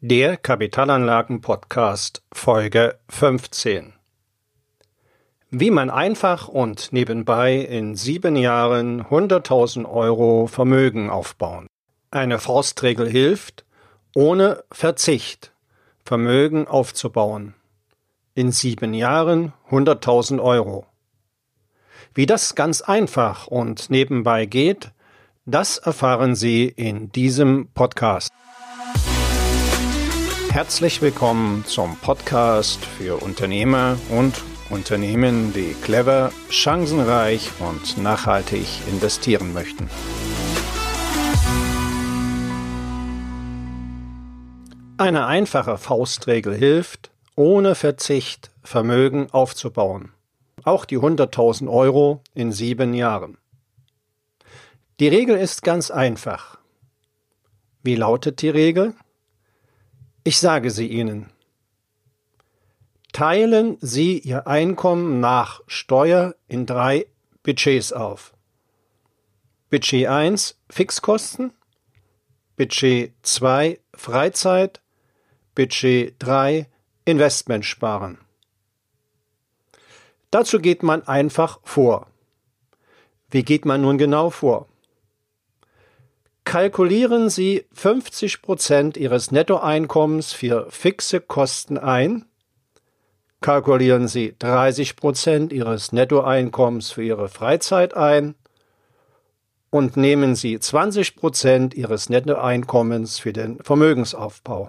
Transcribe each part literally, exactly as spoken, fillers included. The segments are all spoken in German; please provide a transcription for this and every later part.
Der Kapitalanlagen-Podcast Folge fünfzehn. Wie man einfach und nebenbei in sieben Jahren hunderttausend Euro Vermögen aufbauen. Eine Faustregel hilft, ohne Verzicht Vermögen aufzubauen. In sieben Jahren hunderttausend Euro. Wie das ganz einfach und nebenbei geht, das erfahren Sie in diesem Podcast. Herzlich willkommen zum Podcast für Unternehmer und Unternehmen, die clever, chancenreich und nachhaltig investieren möchten. Eine einfache Faustregel hilft, ohne Verzicht Vermögen aufzubauen. Auch die hunderttausend Euro in sieben Jahren. Die Regel ist ganz einfach. Wie lautet die Regel? Ich sage sie Ihnen. Teilen Sie Ihr Einkommen nach Steuer in drei Budgets auf. Budget eins Fixkosten, Budget zwei Freizeit, Budget drei Investment sparen. Dazu geht man einfach vor. Wie geht man nun genau vor? Kalkulieren Sie fünfzig Prozent Ihres Nettoeinkommens für fixe Kosten ein. Kalkulieren Sie dreißig Prozent Ihres Nettoeinkommens für Ihre Freizeit ein. Und nehmen Sie zwanzig Prozent Ihres Nettoeinkommens für den Vermögensaufbau.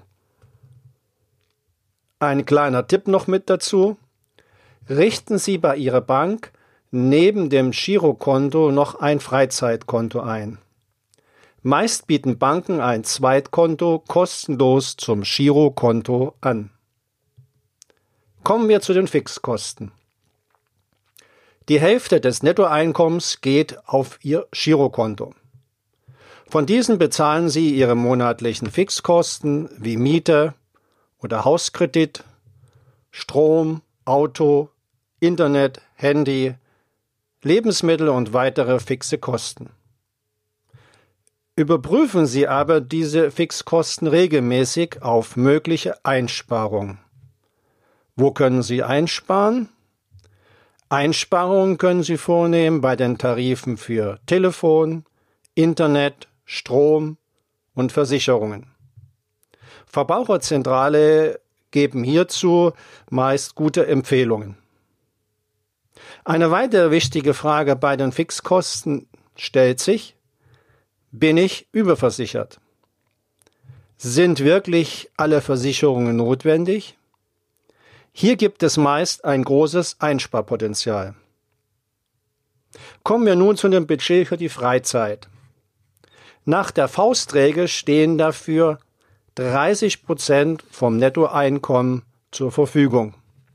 Ein kleiner Tipp noch mit dazu. Richten Sie bei Ihrer Bank neben dem Girokonto noch ein Freizeitkonto ein. Meist bieten Banken ein Zweitkonto kostenlos zum Girokonto an. Kommen wir zu den Fixkosten. Die Hälfte des Nettoeinkommens geht auf Ihr Girokonto. Von diesen bezahlen Sie Ihre monatlichen Fixkosten wie Miete oder Hauskredit, Strom, Auto, Internet, Handy, Lebensmittel und weitere fixe Kosten. Überprüfen Sie aber diese Fixkosten regelmäßig auf mögliche Einsparungen. Wo können Sie einsparen? Einsparungen können Sie vornehmen bei den Tarifen für Telefon, Internet, Strom und Versicherungen. Verbraucherzentrale geben hierzu meist gute Empfehlungen. Eine weitere wichtige Frage bei den Fixkosten stellt sich: Bin ich überversichert? Sind wirklich alle Versicherungen notwendig? Hier gibt es meist ein großes Einsparpotenzial. Kommen wir nun zu dem Budget für die Freizeit. Nach der Faustregel stehen dafür dreißig Prozent vom Nettoeinkommen zur Verfügung.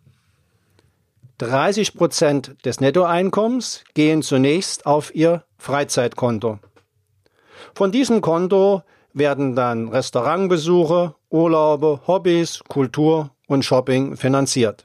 dreißig Prozent des Nettoeinkommens gehen zunächst auf Ihr Freizeitkonto. Von diesem Konto werden dann Restaurantbesuche, Urlaube, Hobbys, Kultur und Shopping finanziert.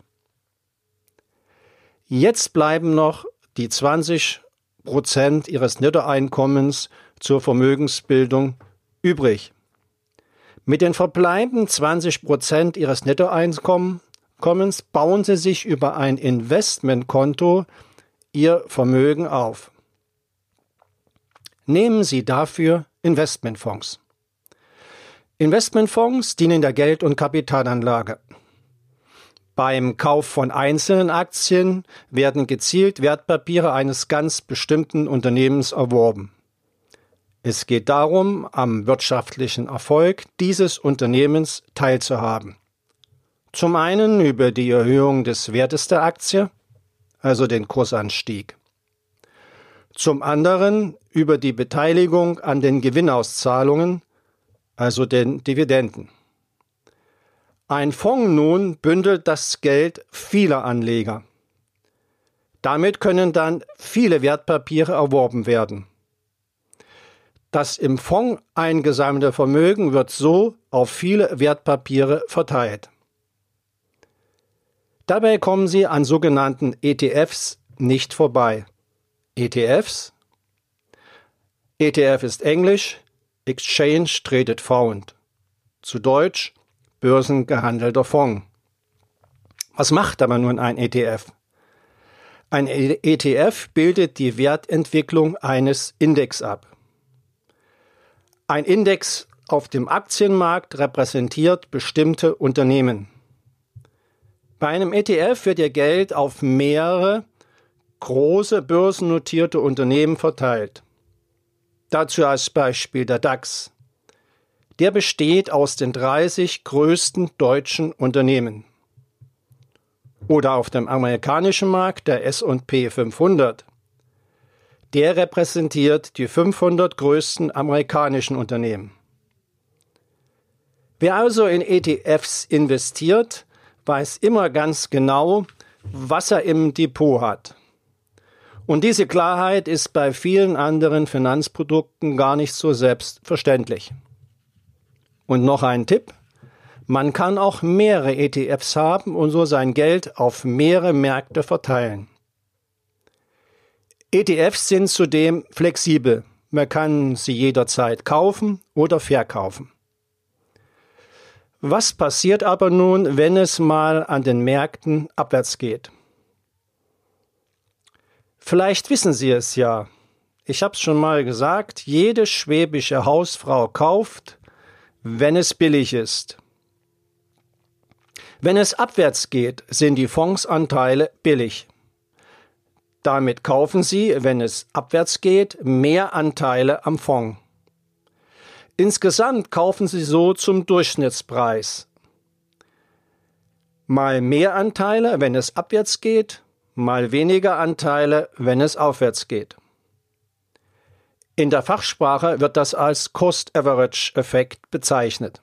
Jetzt bleiben noch die zwanzig Prozent Ihres Nettoeinkommens zur Vermögensbildung übrig. Mit den verbleibenden zwanzig Prozent Ihres Nettoeinkommens bauen Sie sich über ein Investmentkonto Ihr Vermögen auf. Nehmen Sie dafür Investmentfonds. Investmentfonds dienen der Geld- und Kapitalanlage. Beim Kauf von einzelnen Aktien werden gezielt Wertpapiere eines ganz bestimmten Unternehmens erworben. Es geht darum, am wirtschaftlichen Erfolg dieses Unternehmens teilzuhaben. Zum einen über die Erhöhung des Wertes der Aktie, also den Kursanstieg. Zum anderen über die Beteiligung an den Gewinnauszahlungen, also den Dividenden. Ein Fonds nun bündelt das Geld vieler Anleger. Damit können dann viele Wertpapiere erworben werden. Das im Fonds eingesammelte Vermögen wird so auf viele Wertpapiere verteilt. Dabei kommen Sie an sogenannten E T Fs nicht vorbei. E T Fs? E T F ist Englisch, Exchange Traded Fund. Zu Deutsch börsengehandelter Fonds. Was macht aber nun ein E T F? Ein E T F bildet die Wertentwicklung eines Index ab. Ein Index auf dem Aktienmarkt repräsentiert bestimmte Unternehmen. Bei einem E T F wird Ihr Geld auf mehrere große börsennotierte Unternehmen verteilt. Dazu als Beispiel der DAX. Der besteht aus den dreißig größten deutschen Unternehmen. Oder auf dem amerikanischen Markt der S und P fünfhundert. Der repräsentiert die fünfhundert größten amerikanischen Unternehmen. Wer also in E T Fs investiert, weiß immer ganz genau, was er im Depot hat. Und diese Klarheit ist bei vielen anderen Finanzprodukten gar nicht so selbstverständlich. Und noch ein Tipp: Man kann auch mehrere E T Fs haben und so sein Geld auf mehrere Märkte verteilen. E T Fs sind zudem flexibel. Man kann sie jederzeit kaufen oder verkaufen. Was passiert aber nun, wenn es mal an den Märkten abwärts geht? Vielleicht wissen Sie es ja. Ich habe es schon mal gesagt, jede schwäbische Hausfrau kauft, wenn es billig ist. Wenn es abwärts geht, sind die Fondsanteile billig. Damit kaufen Sie, wenn es abwärts geht, mehr Anteile am Fonds. Insgesamt kaufen Sie so zum Durchschnittspreis. Mal mehr Anteile, wenn es abwärts geht, mal weniger Anteile, wenn es aufwärts geht. In der Fachsprache wird das als Cost-Average-Effekt bezeichnet.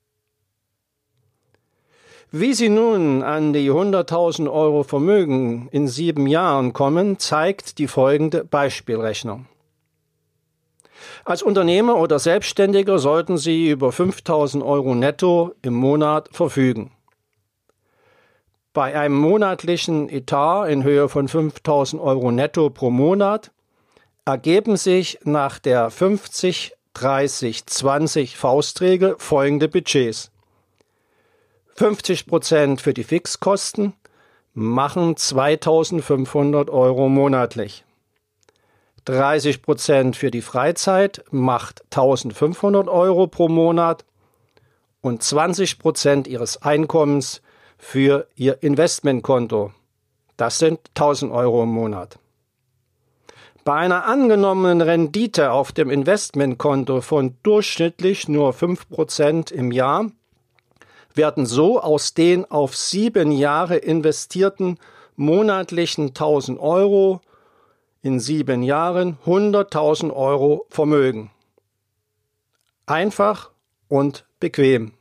Wie Sie nun an die hunderttausend Euro Vermögen in sieben Jahren kommen, zeigt die folgende Beispielrechnung. Als Unternehmer oder Selbstständiger sollten Sie über fünftausend Euro netto im Monat verfügen. Bei einem monatlichen Etat in Höhe von fünftausend Euro netto pro Monat ergeben sich nach der fünfzig dreißig zwanzig Faustregel folgende Budgets. fünfzig Prozent für die Fixkosten machen zweitausendfünfhundert Euro monatlich. dreißig Prozent für die Freizeit macht eintausendfünfhundert Euro pro Monat und zwanzig Prozent Ihres Einkommens für Ihr Investmentkonto. Das sind tausend Euro im Monat. Bei einer angenommenen Rendite auf dem Investmentkonto von durchschnittlich nur fünf Prozent im Jahr werden so aus den auf sieben Jahre investierten monatlichen tausend Euro in sieben Jahren hunderttausend Euro Vermögen. Einfach und bequem.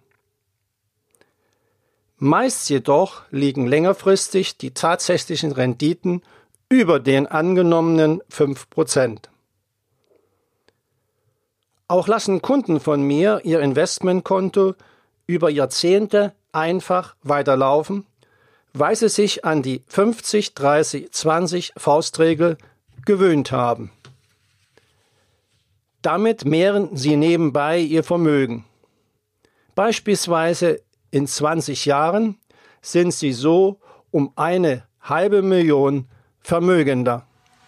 Meist jedoch liegen längerfristig die tatsächlichen Renditen über den angenommenen fünf Prozent. Auch lassen Kunden von mir ihr Investmentkonto über Jahrzehnte einfach weiterlaufen, weil sie sich an die fünfzig dreißig zwanzig Faustregel gewöhnt haben. Damit mehren sie nebenbei ihr Vermögen. Beispielsweise in zwanzig Jahren sind sie so um eine halbe Million vermögender.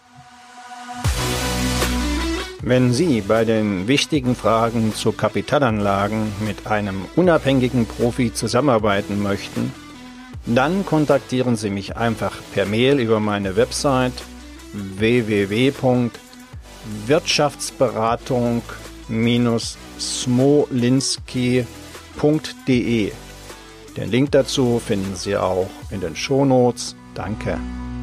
Wenn Sie bei den wichtigen Fragen zu Kapitalanlagen mit einem unabhängigen Profi zusammenarbeiten möchten, dann kontaktieren Sie mich einfach per Mail über meine Website w w w punkt wirtschaftsberatung Bindestrich smolinski punkt de. Den Link dazu finden Sie auch in den Shownotes. Danke.